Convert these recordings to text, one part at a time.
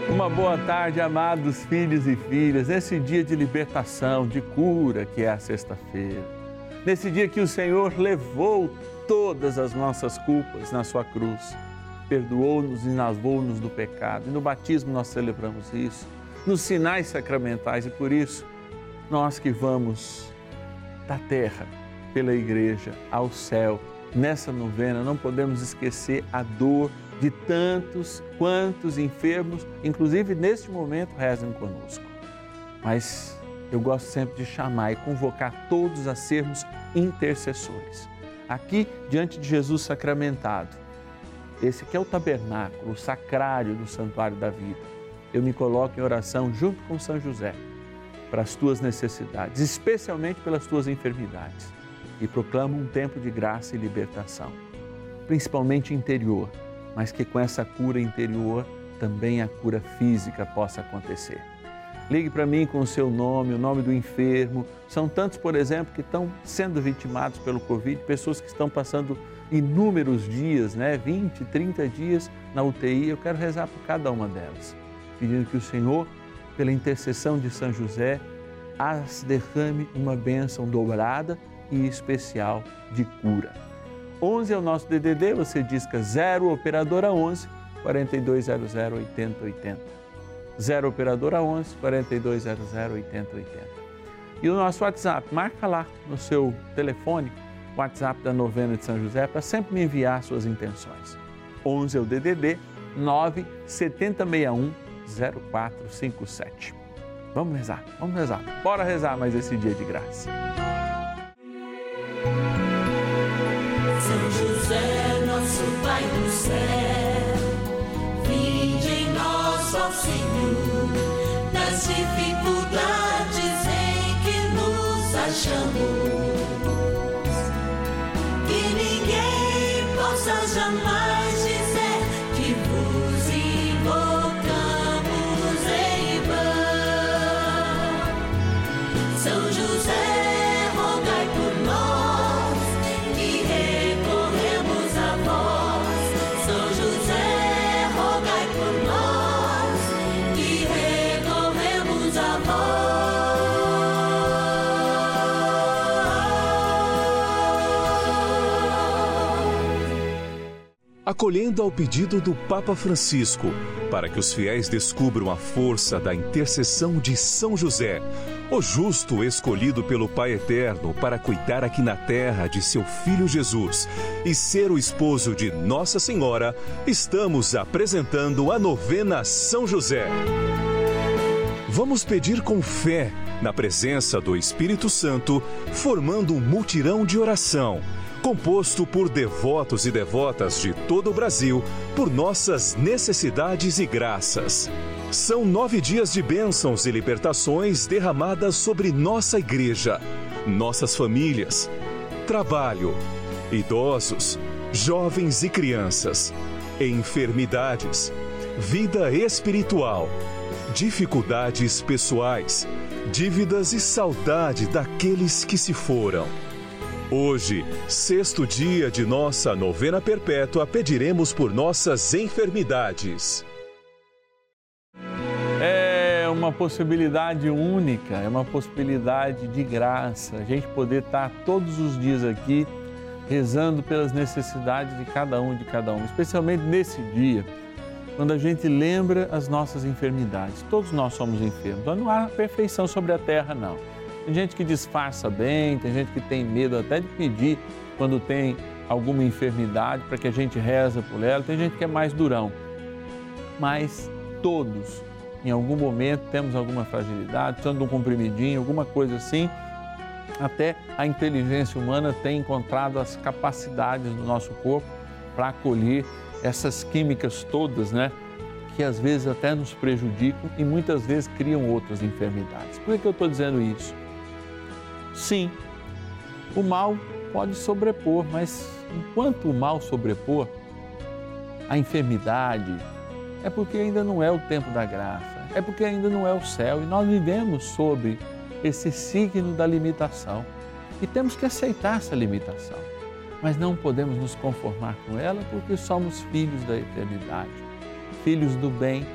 Uma boa tarde, amados filhos e filhas, nesse dia de libertação, de cura que é a sexta-feira. Nesse dia que o Senhor levou todas as nossas culpas na sua cruz, perdoou-nos e lavou-nos do pecado. E no batismo nós celebramos isso, nos sinais sacramentais, e por isso nós que vamos da terra pela igreja ao céu, nessa novena não podemos esquecer a dor de tantos quantos enfermos, inclusive neste momento, rezam conosco. Mas eu gosto sempre de chamar e convocar todos a sermos intercessores. Aqui, diante de Jesus sacramentado, esse aqui é o tabernáculo, o sacrário do santuário da vida. Eu me coloco em oração junto com São José para as tuas necessidades, especialmente pelas tuas enfermidades, e proclamo um tempo de graça e libertação, principalmente interior, mas que com essa cura interior também a cura física possa acontecer. Ligue para mim com o seu nome, o nome do enfermo. São tantos, por exemplo, que estão sendo vitimados pelo Covid, pessoas que estão passando inúmeros dias, 20, 30 dias na UTI. Eu quero rezar por cada uma delas, pedindo que o Senhor, pela intercessão de São José, as derrame uma bênção dobrada e especial de cura. 11 é o nosso DDD, você disca 0 operadora 11 4200 8080. 0 operadora 11 4200 8080. E o nosso WhatsApp, marca lá no seu telefone, o WhatsApp da novena de São José, para sempre me enviar suas intenções. 11 é o DDD 9 7061 0457. Vamos rezar. Bora rezar mais esse dia de graça. São José, nosso Pai do céu, vinde em nós, ó Senhor, nas dificuldades em que nos achamos, que ninguém possa jamais dizer que vos invocamos em vão. São José, rogai por nós, acolhendo ao pedido do Papa Francisco, para que os fiéis descubram a força da intercessão de São José, o justo escolhido pelo Pai Eterno para cuidar aqui na terra de seu Filho Jesus e ser o esposo de Nossa Senhora, estamos apresentando a novena São José. Vamos pedir com fé, na presença do Espírito Santo, formando um mutirão de oração, composto por devotos e devotas de todo o Brasil, por nossas necessidades e graças. São 9 dias de bênçãos e libertações derramadas sobre nossa igreja, nossas famílias, trabalho, idosos, jovens e crianças, enfermidades, vida espiritual, dificuldades pessoais, dívidas e saudade daqueles que se foram. Hoje, 6º dia de nossa novena perpétua, pediremos por nossas enfermidades. É uma possibilidade única, é uma possibilidade de graça, a gente poder estar todos os dias aqui rezando pelas necessidades de cada um, especialmente nesse dia, quando a gente lembra as nossas enfermidades. Todos nós somos enfermos, mas não há perfeição sobre a terra, não. Tem gente que disfarça bem, tem gente que tem medo até de pedir quando tem alguma enfermidade para que a gente reza por ela, tem gente que é mais durão. Mas todos, em algum momento, temos alguma fragilidade, precisando de um comprimidinho, alguma coisa assim. Até a inteligência humana tem encontrado as capacidades do nosso corpo para acolher essas químicas todas, que às vezes até nos prejudicam e muitas vezes criam outras enfermidades. Por que eu estou dizendo isso? Sim, o mal pode sobrepor, mas enquanto o mal sobrepor, a enfermidade é porque ainda não é o tempo da graça, é porque ainda não é o céu e nós vivemos sob esse signo da limitação e temos que aceitar essa limitação, mas não podemos nos conformar com ela porque somos filhos da eternidade, filhos do bem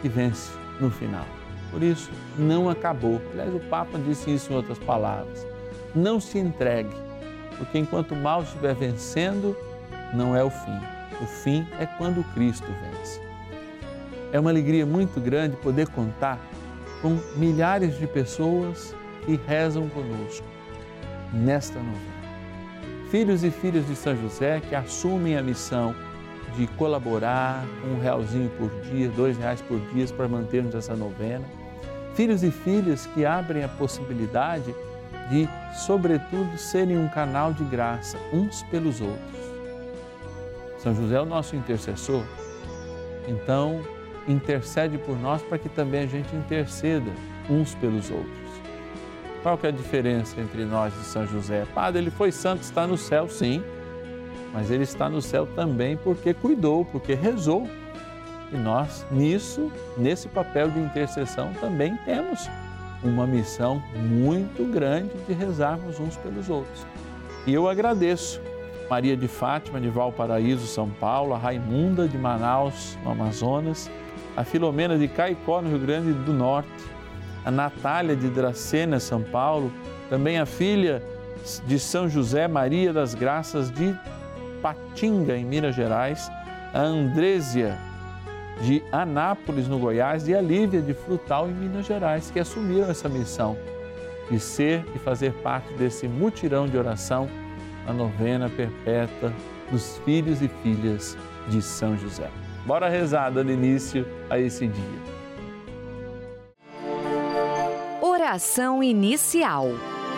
que vence no final. Por isso, não acabou. Aliás, o Papa disse isso em outras palavras. Não se entregue, porque enquanto o mal estiver vencendo, não é o fim. O fim é quando Cristo vence. É uma alegria muito grande poder contar com milhares de pessoas que rezam conosco nesta novena. Filhos e filhas de São José que assumem a missão de colaborar com R$1 por dia, R$2 por dia para mantermos essa novena. Filhos e filhas que abrem a possibilidade de, sobretudo, serem um canal de graça uns pelos outros. São José é o nosso intercessor, então intercede por nós para que também a gente interceda uns pelos outros. Qual que é a diferença entre nós e São José? Padre, ele foi santo, está no céu, sim, mas ele está no céu também porque cuidou, porque rezou. E nós, nesse papel de intercessão, também temos uma missão muito grande de rezarmos uns pelos outros. E eu agradeço Maria de Fátima, de Valparaíso, São Paulo, a Raimunda de Manaus, no Amazonas, a Filomena de Caicó, no Rio Grande do Norte, a Natália de Dracena, São Paulo, também a filha de São José, Maria das Graças de Patinga, em Minas Gerais, a Andrésia de Anápolis, no Goiás, e a Lívia de Frutal, em Minas Gerais, que assumiram essa missão de ser e fazer parte desse mutirão de oração na novena perpétua dos filhos e filhas de São José. Bora rezar, dando início a esse dia. Oração inicial.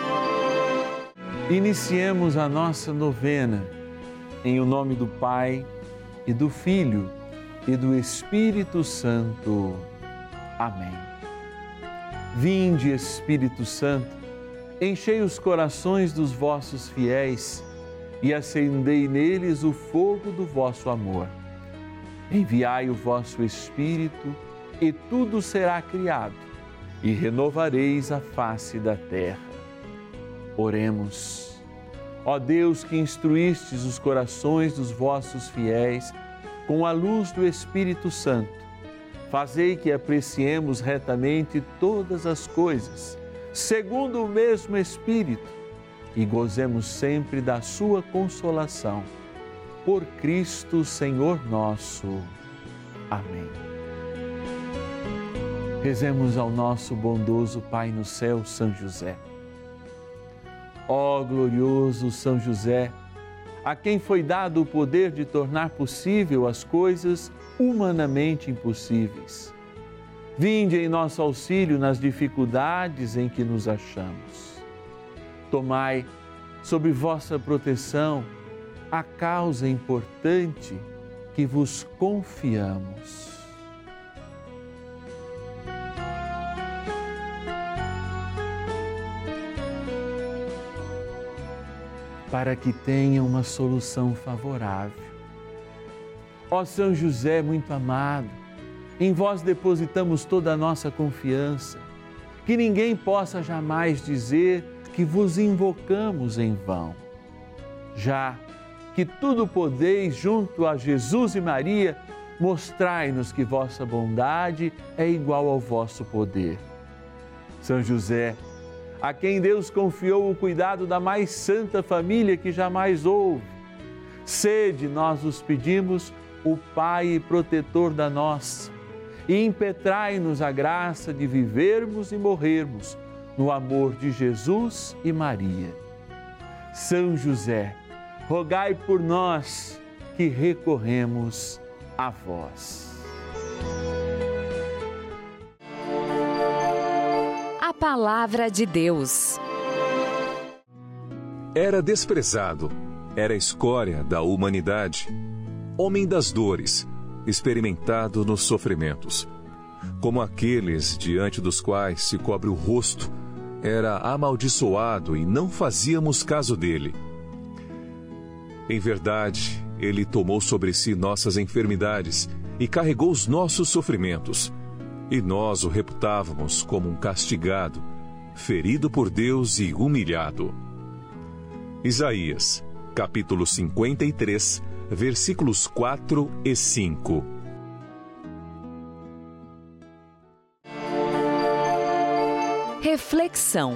Iniciemos a nossa novena em o nome do Pai e do Filho e do Espírito Santo. Amém. Vinde, Espírito Santo, enchei os corações dos vossos fiéis e acendei neles o fogo do vosso amor. Enviai o vosso Espírito e tudo será criado e renovareis a face da terra. Oremos. Ó Deus, que instruístes os corações dos vossos fiéis com a luz do Espírito Santo, fazei que apreciemos retamente todas as coisas, segundo o mesmo Espírito, e gozemos sempre da sua consolação. Por Cristo, Senhor nosso. Amém. Rezemos ao nosso bondoso Pai no céu, São José. Ó glorioso São José, a quem foi dado o poder de tornar possível as coisas humanamente impossíveis. Vinde em nosso auxílio nas dificuldades em que nos achamos. Tomai sob vossa proteção a causa importante que vos confiamos. Para que tenha uma solução favorável. Ó São José muito amado, em vós depositamos toda a nossa confiança, que ninguém possa jamais dizer que vos invocamos em vão. Já que tudo podeis junto a Jesus e Maria, mostrai-nos que vossa bondade é igual ao vosso poder. São José, a quem Deus confiou o cuidado da mais santa família que jamais houve, sede, nós os pedimos, o Pai e protetor da nossa, e impetrai-nos a graça de vivermos e morrermos no amor de Jesus e Maria. São José, rogai por nós que recorremos a vós. A Palavra de Deus. Era desprezado, era escória da humanidade, homem das dores, experimentado nos sofrimentos. Como aqueles diante dos quais se cobre o rosto, era amaldiçoado e não fazíamos caso dele. Em verdade, ele tomou sobre si nossas enfermidades e carregou os nossos sofrimentos. E nós o reputávamos como um castigado, ferido por Deus e humilhado. Isaías, capítulo 53, versículos 4 e 5. Reflexão.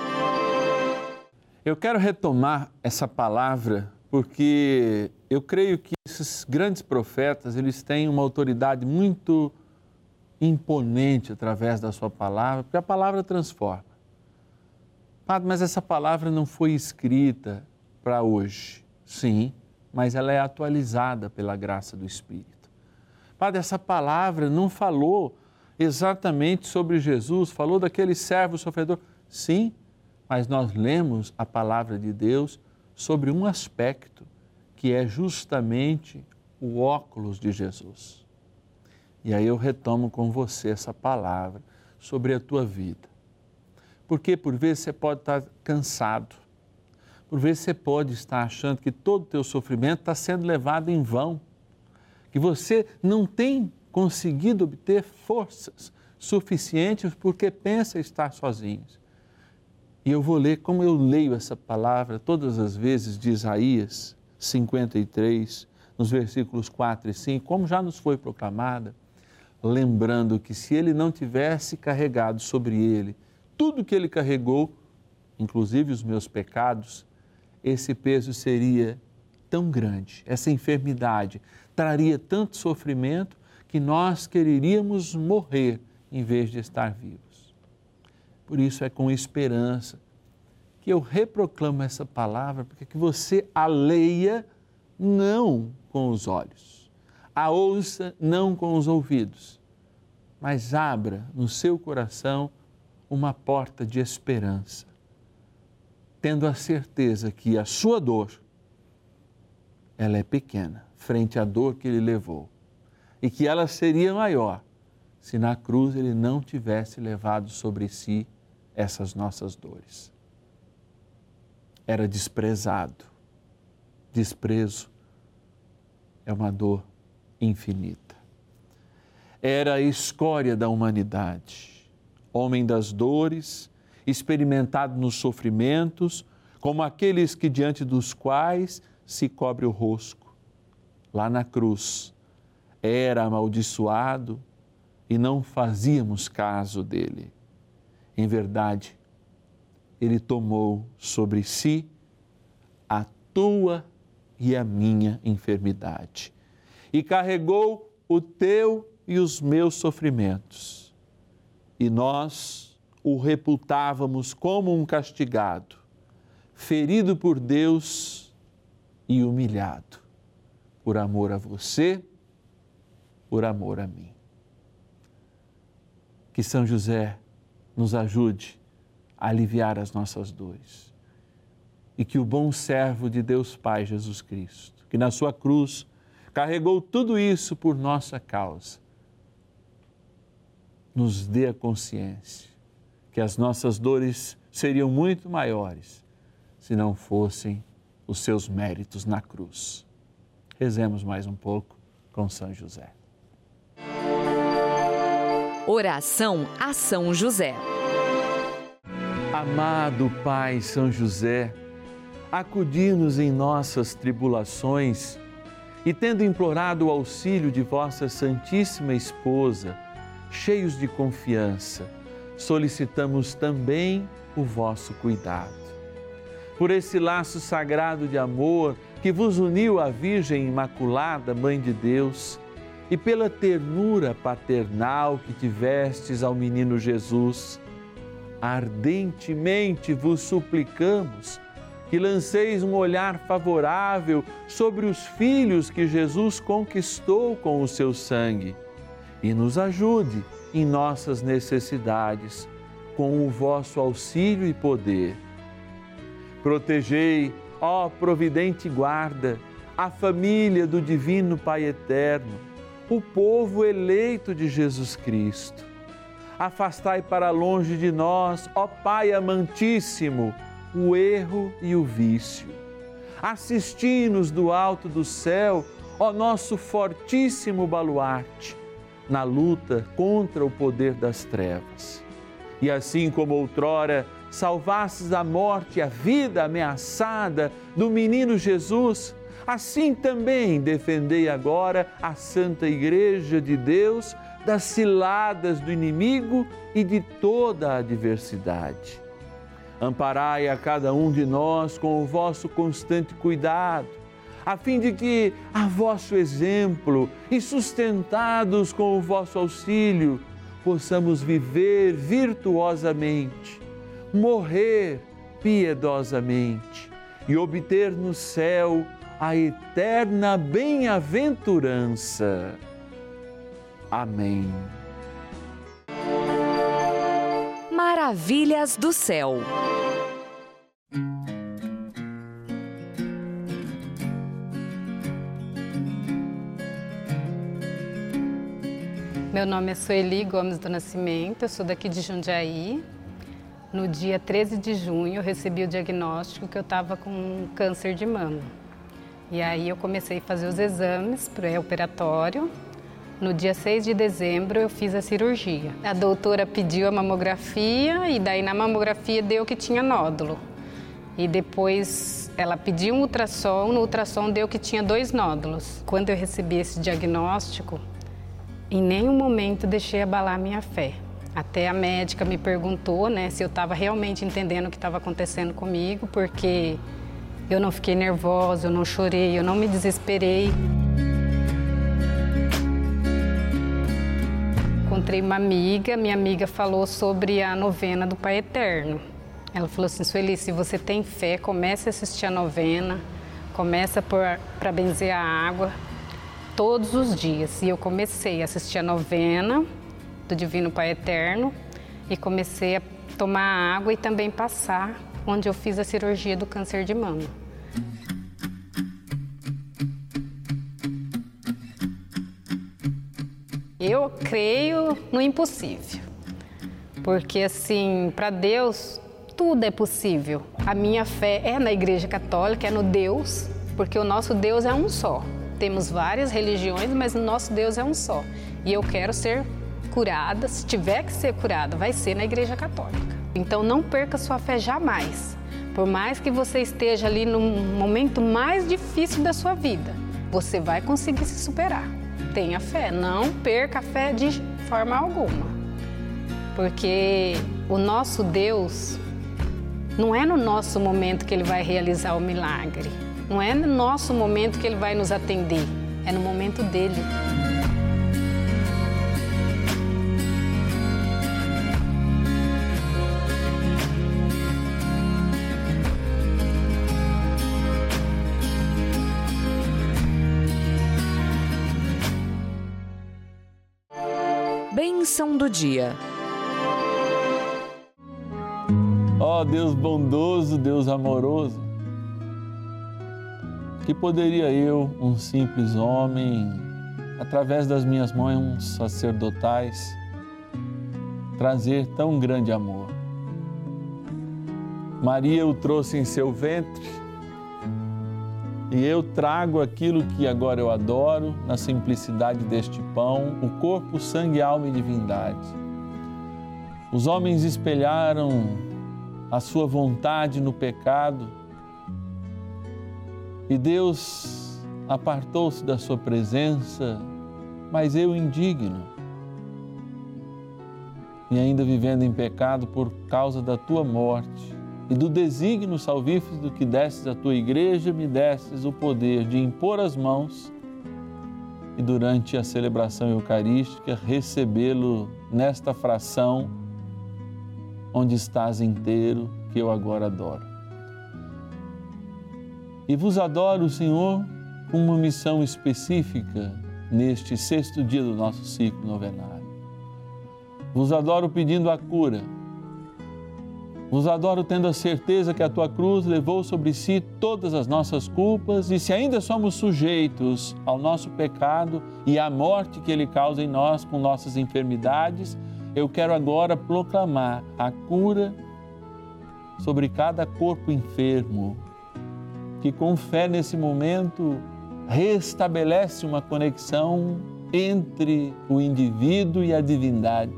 Eu quero retomar essa palavra porque eu creio que esses grandes profetas, eles têm uma autoridade muito imponente através da sua palavra, porque a palavra transforma. Padre, mas essa palavra não foi escrita para hoje. Sim, mas ela é atualizada pela graça do Espírito. Padre, essa palavra não falou exatamente sobre Jesus, falou daquele servo sofredor. Sim, mas nós lemos a palavra de Deus sobre um aspecto que é justamente o óculos de Jesus. E aí eu retomo com você essa palavra sobre a tua vida. Porque por vezes você pode estar cansado, por vezes você pode estar achando que todo o teu sofrimento está sendo levado em vão, que você não tem conseguido obter forças suficientes porque pensa estar sozinho. E eu vou ler como eu leio essa palavra todas as vezes de Isaías 53, nos versículos 4 e 5, como já nos foi proclamada, lembrando que se ele não tivesse carregado sobre ele tudo que ele carregou, inclusive os meus pecados, esse peso seria tão grande, essa enfermidade traria tanto sofrimento que nós quereríamos morrer em vez de estar vivos. Por isso é com esperança que eu reproclamo essa palavra, porque que você a leia não com os olhos, a ouça não com os ouvidos, mas abra no seu coração uma porta de esperança, tendo a certeza que a sua dor, ela é pequena frente à dor que ele levou e que ela seria maior se na cruz ele não tivesse levado sobre si essas nossas dores. Era desprezado. Desprezo é uma dor infinita. Era a escória da humanidade, homem das dores, experimentado nos sofrimentos, como aqueles que diante dos quais se cobre o rosto. Lá na cruz, era amaldiçoado e não fazíamos caso dele. Em verdade, ele tomou sobre si a tua e a minha enfermidade e carregou o teu e os meus sofrimentos. E nós o reputávamos como um castigado, ferido por Deus e humilhado, por amor a você, por amor a mim. Que São José nos ajude a aliviar as nossas dores e que o bom servo de Deus Pai, Jesus Cristo, que na sua cruz carregou tudo isso por nossa causa, nos dê a consciência que as nossas dores seriam muito maiores se não fossem os seus méritos na cruz. Rezemos mais um pouco com São José. Oração a São José. Amado Pai São José, acudi-nos em nossas tribulações e, tendo implorado o auxílio de vossa Santíssima Esposa, cheios de confiança, solicitamos também o vosso cuidado. Por esse laço sagrado de amor que vos uniu à Virgem Imaculada, Mãe de Deus, e pela ternura paternal que tivestes ao menino Jesus, ardentemente vos suplicamos que lanceis um olhar favorável sobre os filhos que Jesus conquistou com o seu sangue e nos ajude em nossas necessidades com o vosso auxílio e poder. Protegei, ó providente guarda, a família do Divino Pai Eterno, o povo eleito de Jesus Cristo. Afastai para longe de nós, ó Pai amantíssimo, o erro e o vício. Assisti-nos do alto do céu, ó nosso fortíssimo baluarte, na luta contra o poder das trevas. E assim como outrora salvastes da morte a vida ameaçada do menino Jesus, assim também defendei agora a Santa Igreja de Deus das ciladas do inimigo e de toda a adversidade. Amparai a cada um de nós com o vosso constante cuidado, a fim de que, a vosso exemplo e sustentados com o vosso auxílio, possamos viver virtuosamente, morrer piedosamente e obter no céu a eterna bem-aventurança. Amém. Maravilhas do céu. Meu nome é Sueli Gomes do Nascimento, eu sou daqui de Jundiaí. No dia 13 de junho eu recebi o diagnóstico que eu estava com câncer de mama. E aí eu comecei a fazer os exames pré-operatório. No dia 6 de dezembro eu fiz a cirurgia. A doutora pediu a mamografia e daí na mamografia deu que tinha nódulo. E depois ela pediu um ultrassom, no ultrassom deu que tinha 2 nódulos. Quando eu recebi esse diagnóstico, em nenhum momento deixei abalar minha fé. Até a médica me perguntou, se eu estava realmente entendendo o que estava acontecendo comigo, porque eu não fiquei nervosa, eu não chorei, eu não me desesperei. Encontrei uma amiga, minha amiga falou sobre a novena do Pai Eterno. Ela falou assim: Sueli, se você tem fé, comece a assistir a novena, começa para benzer a água todos os dias. E eu comecei a assistir a novena do Divino Pai Eterno e comecei a tomar água e também passar onde eu fiz a cirurgia do câncer de mama. Eu creio no impossível, porque assim, para Deus tudo é possível. A minha fé é na Igreja Católica, é no Deus, porque o nosso Deus é um só. Temos várias religiões, mas o nosso Deus é um só. E eu quero ser curada, se tiver que ser curada, vai ser na Igreja Católica. Então não perca sua fé jamais. Por mais que você esteja ali no momento mais difícil da sua vida, você vai conseguir se superar. Tenha fé, não perca a fé de forma alguma. Porque o nosso Deus, não é no nosso momento que Ele vai realizar o milagre. Não é no nosso momento que Ele vai nos atender, é no momento dEle. Bênção do dia. Ó Deus bondoso, Deus amoroso, que poderia eu, um simples homem, através das minhas mãos sacerdotais, trazer tão grande amor? Maria o trouxe em seu ventre e eu trago aquilo que agora eu adoro, na simplicidade deste pão, o corpo, sangue, alma e divindade. Os homens espelharam a sua vontade no pecado e Deus apartou-se da sua presença, mas eu indigno e ainda vivendo em pecado por causa da tua morte e do desígnio salvífico que destes à tua igreja, me destes o poder de impor as mãos e durante a celebração eucarística recebê-lo nesta fração onde estás inteiro, que eu agora adoro. E vos adoro, Senhor, com uma missão específica neste 6º dia do nosso ciclo novenário. Vos adoro pedindo a cura. Vos adoro tendo a certeza que a tua cruz levou sobre si todas as nossas culpas e se ainda somos sujeitos ao nosso pecado e à morte que ele causa em nós com nossas enfermidades, eu quero agora proclamar a cura sobre cada corpo enfermo, que com fé nesse momento restabelece uma conexão entre o indivíduo e a divindade,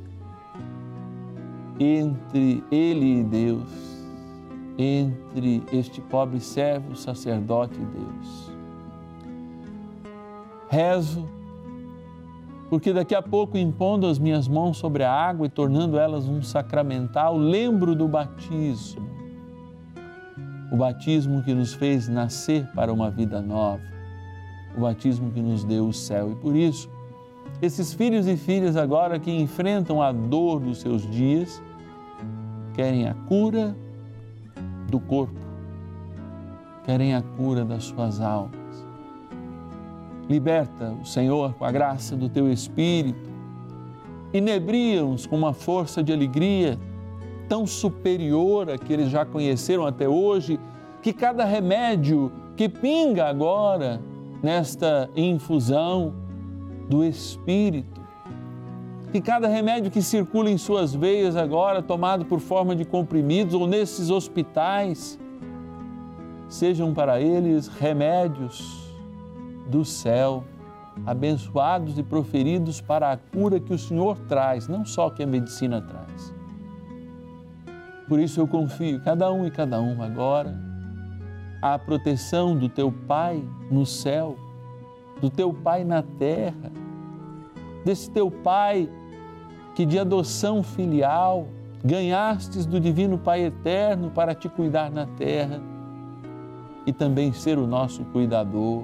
entre ele e Deus, entre este pobre servo, sacerdote e Deus. Rezo porque daqui a pouco, impondo as minhas mãos sobre a água e tornando elas um sacramental, lembro do batismo. O batismo que nos fez nascer para uma vida nova, o batismo que nos deu o céu. E por isso, esses filhos e filhas agora que enfrentam a dor dos seus dias, querem a cura do corpo, querem a cura das suas almas. Liberta o Senhor com a graça do Teu Espírito, inebria-os com uma força de alegria tão superior à que eles já conheceram até hoje, que cada remédio que pinga agora nesta infusão do Espírito, que cada remédio que circula em suas veias agora, tomado por forma de comprimidos ou nesses hospitais, sejam para eles remédios do céu, abençoados e proferidos para a cura que o Senhor traz, não só que a medicina traz. Por isso eu confio, cada um e cada uma agora, à proteção do Teu Pai no céu, do Teu Pai na terra, desse Teu Pai que de adoção filial ganhastes do Divino Pai Eterno para Te cuidar na terra e também ser o nosso cuidador.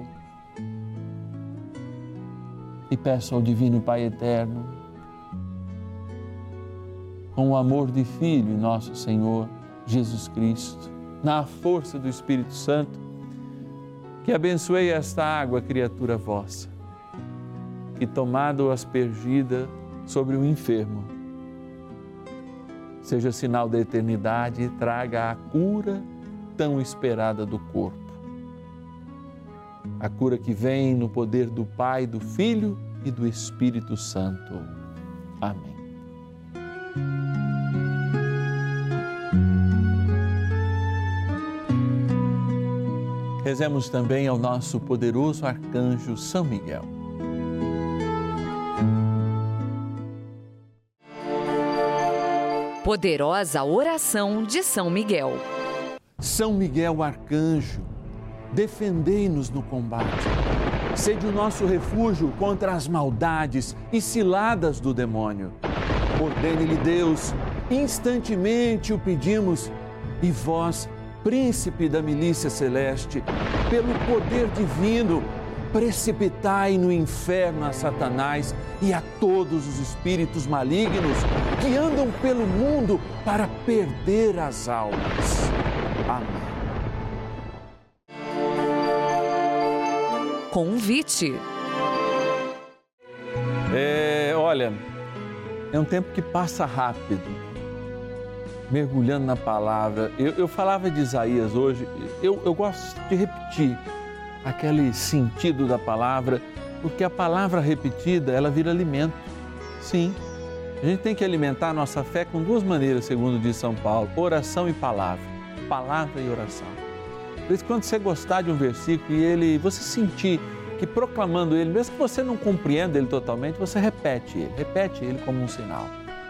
E peço ao Divino Pai Eterno, com o amor de Filho, nosso Senhor Jesus Cristo, na força do Espírito Santo, que abençoe esta água, criatura vossa, que tomado aspergida sobre o enfermo, seja sinal da eternidade e traga a cura tão esperada do corpo. A cura que vem no poder do Pai, do Filho e do Espírito Santo. Amém. Rezemos também ao nosso poderoso arcanjo São Miguel. Poderosa oração de São Miguel. São Miguel arcanjo, defendei-nos no combate. Sede o nosso refúgio contra as maldades e ciladas do demônio. Ordene-lhe Deus, instantemente o pedimos, e vós, príncipe da milícia celeste, pelo poder divino, precipitai no inferno a Satanás e a todos os espíritos malignos que andam pelo mundo para perder as almas. Amém. Convite. Olha, é um tempo que passa rápido, mergulhando na palavra. Eu falava de Isaías hoje, eu gosto de repetir aquele sentido da palavra, porque a palavra repetida, ela vira alimento. Sim, a gente tem que alimentar a nossa fé com duas maneiras, segundo diz São Paulo, oração e palavra. Palavra e oração. Por isso, quando você gostar de um versículo e você sentir que proclamando ele, mesmo que você não compreenda ele totalmente, você repete ele como um sinal.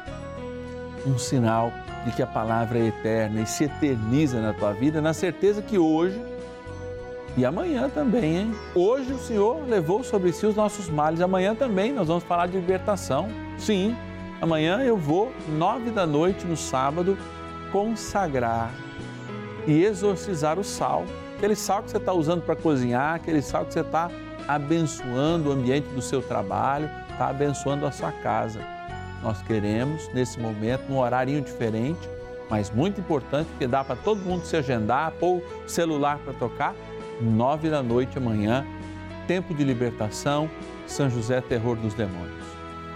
Um sinal de que a palavra é eterna e se eterniza na tua vida, na certeza que hoje e amanhã também, hein? Hoje o Senhor levou sobre si os nossos males, amanhã também nós vamos falar de libertação. Sim, amanhã eu vou, 21h, no sábado, consagrar e exorcizar o sal. Aquele sal que você está usando para cozinhar, aquele sal que você está abençoando o ambiente do seu trabalho, está abençoando a sua casa. Nós queremos, nesse momento, num horário diferente, mas muito importante, porque dá para todo mundo se agendar, pôr o celular para tocar, 21h amanhã, tempo de libertação, São José, terror dos demônios.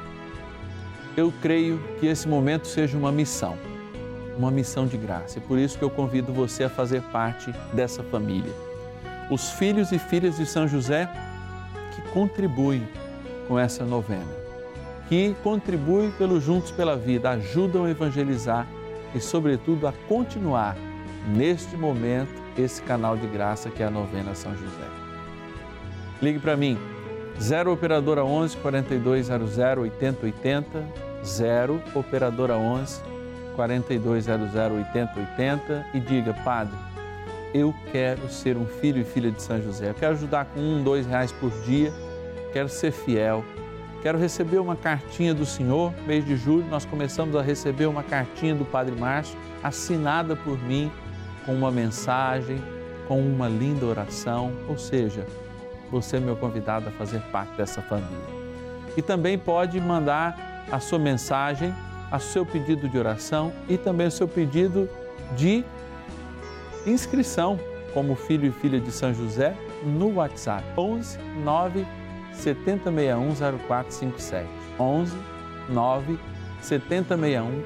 Eu creio que esse momento seja uma missão de graça. E por isso que eu convido você a fazer parte dessa família. Os filhos e filhas de São José que contribuem com essa novena, que contribuem pelo Juntos pela Vida, ajudam a evangelizar e, sobretudo, a continuar neste momento esse canal de graça que é a novena São José. Ligue para mim, 0 Operadora 11 4200 8080, 0 Operadora 11 4200 8080 e diga: Padre, eu quero ser um filho e filha de São José, eu quero ajudar com R$1, R$2 por dia, quero ser fiel, quero receber uma cartinha do Senhor. Mês de julho nós começamos a receber uma cartinha do Padre Márcio, assinada por mim, com uma mensagem, com uma linda oração, ou seja, você é meu convidado a fazer parte dessa família. E também pode mandar a sua mensagem, o seu pedido de oração e também o seu pedido de inscrição como filho e filha de São José no WhatsApp 11 9 7061 0457. 11 9 7061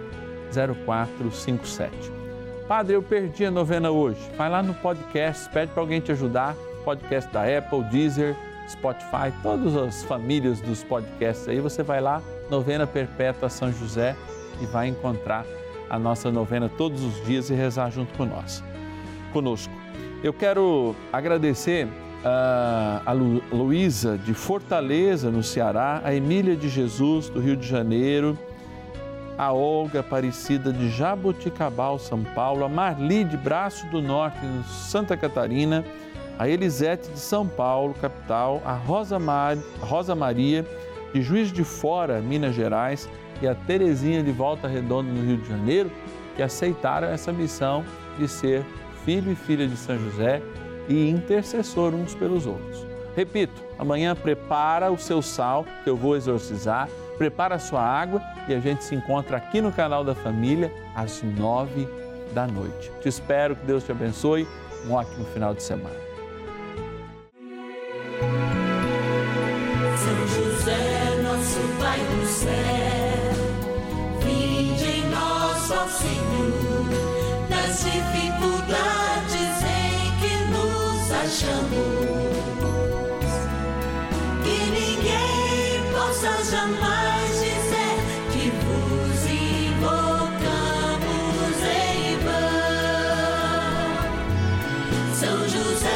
0457. Padre, eu perdi a novena hoje. Vai lá no podcast, pede para alguém te ajudar. Podcast da Apple, Deezer, Spotify, todas as famílias dos podcasts aí. Você vai lá, Novena Perpétua São José, e vai encontrar a nossa novena todos os dias e rezar junto conosco. Eu quero agradecer a Luísa de Fortaleza, no Ceará, a Emília de Jesus, do Rio de Janeiro, a Olga Aparecida de Jaboticabal, São Paulo, a Marli de Braço do Norte, em Santa Catarina, a Elisete de São Paulo, capital, a Rosa Maria de Juiz de Fora, Minas Gerais, e a Terezinha de Volta Redonda, no Rio de Janeiro, que aceitaram essa missão de ser filho e filha de São José e intercessor uns pelos outros. Repito, amanhã prepara o seu sal, que eu vou exorcizar, prepara a sua água e a gente se encontra aqui no canal da Família às 9 da noite. Te espero, que Deus te abençoe, um ótimo final de semana. São José, nosso Pai do céu, vinde em nós, ó Senhor, nas dificuldades em que nos achamos, que ninguém possa jamais dizer que vos invocamos em vão. São José,